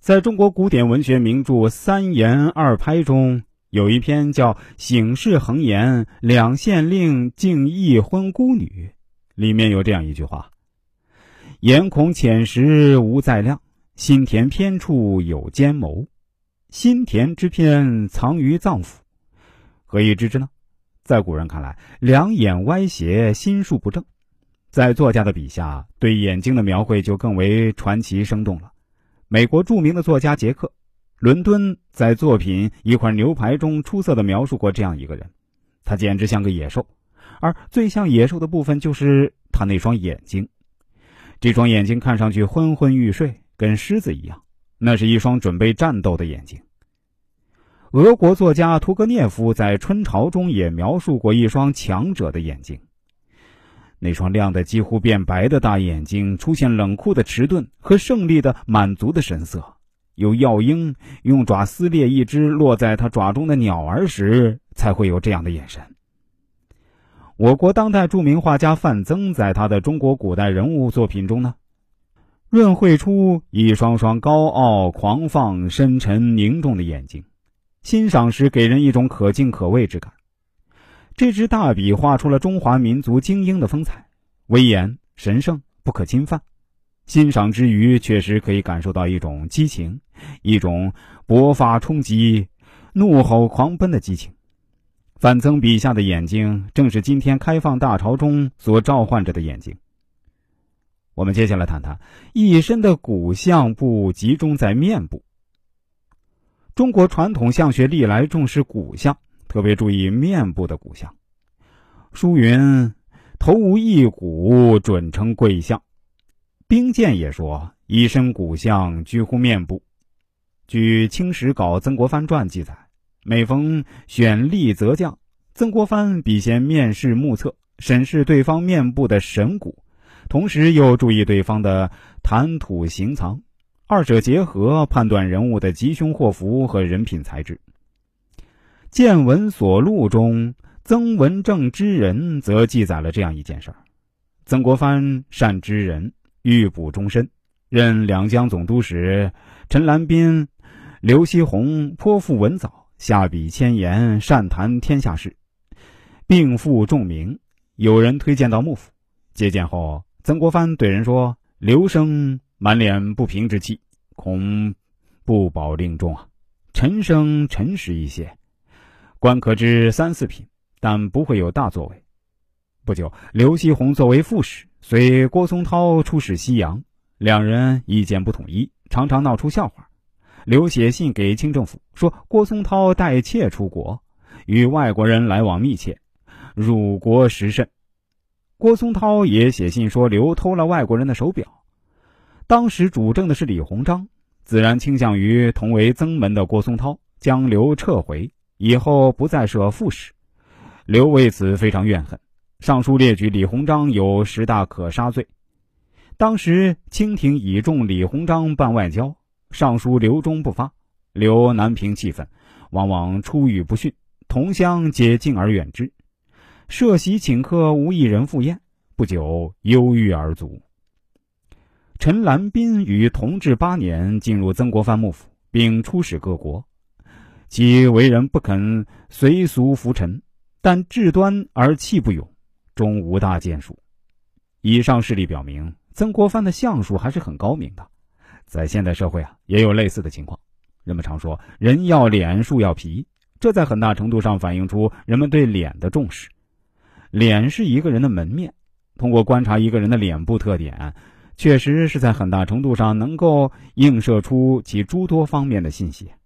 在中国古典文学名著《三言二拍》中，有一篇叫《醒世恒言两县令竟一婚孤女》，里面有这样一句话：言恐浅识无再量，心田偏处有奸谋。心田之偏藏于脏腑。何以知之呢？在古人看来，两眼歪斜，心术不正。在作家的笔下，对眼睛的描绘就更为传奇生动了。美国著名的作家杰克·伦敦在作品《一块牛排》中出色地描述过这样一个人，他简直像个野兽，而最像野兽的部分就是他那双眼睛。这双眼睛看上去昏昏欲睡，跟狮子一样，那是一双准备战斗的眼睛。俄国作家屠格涅夫在《春潮》中也描述过一双强者的眼睛。那双亮得几乎变白的大眼睛出现冷酷的迟钝和胜利的满足的神色，有药鹰用爪撕裂一只落在他爪中的鸟儿时才会有这样的眼神。我国当代著名画家范曾在他的中国古代人物作品中呢，润绘出一双双高傲狂放深沉凝重的眼睛，欣赏时给人一种可敬可畏之感。这支大笔画出了中华民族精英的风采，威严神圣不可侵犯。欣赏之余确实可以感受到一种激情，一种勃发冲击怒吼狂奔的激情。范曾笔下的眼睛正是今天开放大潮中所召唤着的眼睛。我们接下来谈谈一身的骨相不集中在面部。中国传统相学历来重视骨相，特别注意面部的骨相。书云头无一骨准称贵相。兵谏也说一身骨相居乎面部。据清史稿曾国藩传记载，每逢选吏择将，曾国藩必先面试目测，审视对方面部的神骨，同时又注意对方的谈吐行藏，二者结合判断人物的吉凶祸福和人品才智。见闻所录中，曾文正知人则记载了这样一件事儿：曾国藩善知人，欲补终身，任两江总督时，陈兰宾、刘锡鸿颇负文藻，下笔千言，善谈天下事，并负重名。有人推荐到幕府，接见后，曾国藩对人说：刘生满脸不平之气，恐不保令中啊。陈生诚实一些，官可知3、4品，但不会有大作为。不久，刘锡鸿作为副使，随郭松涛出使西洋，两人意见不统一，常常闹出笑话。刘写信给清政府说，郭松涛带妾出国，与外国人来往密切，辱国时甚。郭松涛也写信说刘偷了外国人的手表。当时主政的是李鸿章，自然倾向于同为曾门的郭松涛，将刘撤回，以后不再设副使。刘为此非常怨恨，上书列举李鸿章有10大可杀罪。当时清廷倚重李鸿章办外交，上书刘忠不发，刘难平气愤，往往出语不逊，同乡皆敬而远之。设席请客，无一人赴宴，不久忧郁而卒。陈兰宾于同治8年进入曾国藩幕府，并出使各国。其为人不肯随俗浮沉，但志端而气不勇，终无大建树。以上事例表明，曾国藩的相术还是很高明的。在现代社会也有类似的情况。人们常说人要脸树要皮，这在很大程度上反映出人们对脸的重视。脸是一个人的门面，通过观察一个人的脸部特点，确实是在很大程度上能够映射出其诸多方面的信息。